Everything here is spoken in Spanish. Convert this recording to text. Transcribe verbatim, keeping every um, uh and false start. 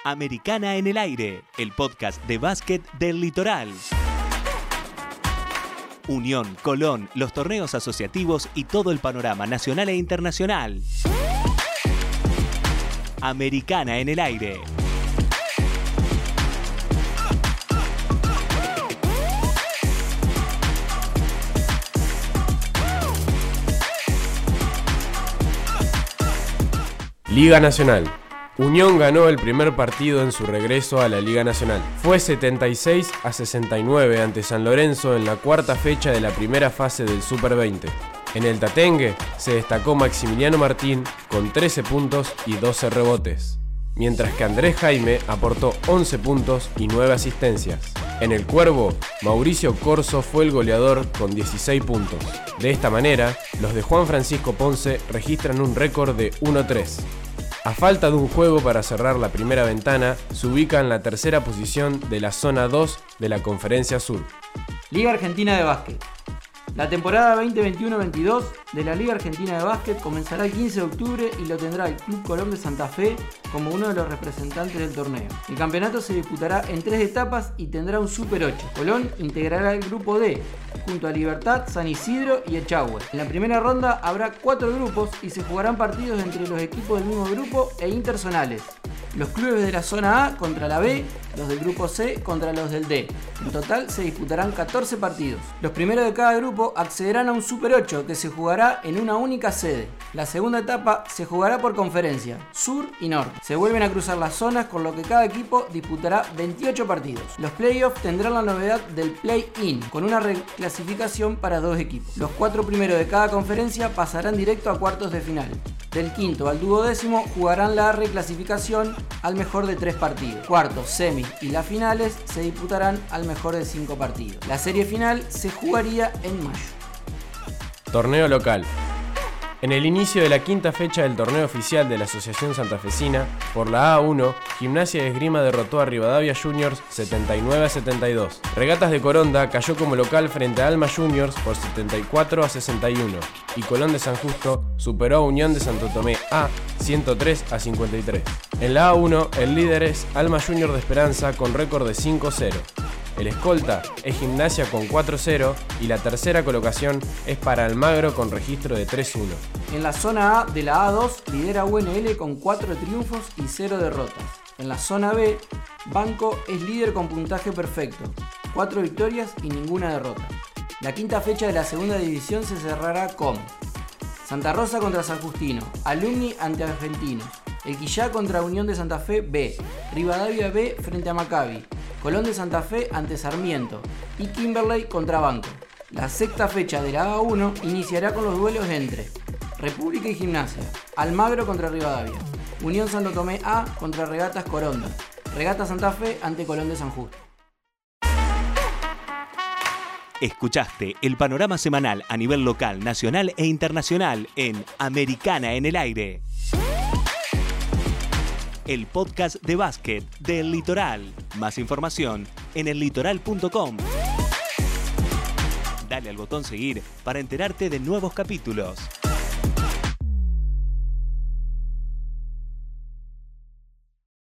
Americana en el Aire, el podcast de básquet del Litoral. Unión, Colón, los torneos asociativos y todo el panorama nacional e internacional. Americana en el Aire. Liga Nacional. Unión ganó el primer partido en su regreso a la Liga Nacional. Fue setenta y seis a sesenta y nueve ante San Lorenzo en la cuarta fecha de la primera fase del Super veinte. En el Tatengue se destacó Maximiliano Martín con trece puntos y doce rebotes, mientras que Andrés Jaime aportó once puntos y nueve asistencias. En el Cuervo, Mauricio Corso fue el goleador con dieciséis puntos. De esta manera, los de Juan Francisco Ponce registran un récord de uno a tres. A falta de un juego para cerrar la primera ventana, se ubica en la tercera posición de la zona dos de la Conferencia Sur. Liga Argentina de Básquet. La temporada veinte veintiuno veintidós de la Liga Argentina de Básquet comenzará el quince de octubre y lo tendrá el Club Colón de Santa Fe como uno de los representantes del torneo. El campeonato se disputará en tres etapas y tendrá un Super ocho. Colón integrará el grupo D, junto a Libertad, San Isidro y Echagüe. En la primera ronda habrá cuatro grupos y se jugarán partidos entre los equipos del mismo grupo e interzonales. Los clubes de la zona A contra la B, los del grupo C contra los del D. En total se disputarán catorce partidos. Los primeros de cada grupo accederán a un Super ocho que se jugará en una única sede. La segunda etapa se jugará por conferencia, sur y norte. Se vuelven a cruzar las zonas, con lo que cada equipo disputará veintiocho partidos. Los playoffs tendrán la novedad del play-in, con una reclasificación para dos equipos. Los cuatro primeros de cada conferencia pasarán directo a cuartos de final. Del quinto al duodécimo jugarán la reclasificación al mejor de tres partidos. Cuartos, semis y las finales se disputarán al mejor de cinco partidos. La serie final se jugaría en mayo. Torneo local. En el inicio de la quinta fecha del torneo oficial de la Asociación Santafesina, por la A uno, Gimnasia de Esgrima derrotó a Rivadavia Juniors setenta y nueve a setenta y dos. Regatas de Coronda cayó como local frente a Alma Juniors por setenta y cuatro a sesenta y uno. Y Colón de San Justo superó a Unión de Santo Tomé A ciento tres a cincuenta y tres. En la A uno, el líder es Alma Junior de Esperanza con récord de cinco a cero. El escolta es Gimnasia con cuatro a cero y la tercera colocación es para Almagro con registro de tres a uno. En la zona A de la A dos lidera U N L con cuatro triunfos y cero derrotas. En la zona B, Banco es líder con puntaje perfecto, cuatro victorias y ninguna derrota. La quinta fecha de la segunda división se cerrará con Santa Rosa contra San Justino, Alumni ante Argentinos, El Quillá contra Unión de Santa Fe B, Rivadavia B frente a Maccabi, Colón de Santa Fe ante Sarmiento y Kimberley contra Banco. La sexta fecha de la A uno iniciará con los duelos entre República y Gimnasia, Almagro contra Rivadavia, Unión Santo Tomé A contra Regatas Coronda, Regatas Santa Fe ante Colón de San Justo. Escuchaste el panorama semanal a nivel local, nacional e internacional en Americana en el Aire. El podcast de básquet del Litoral. Más información en el litoral punto com. Dale al botón seguir para enterarte de nuevos capítulos.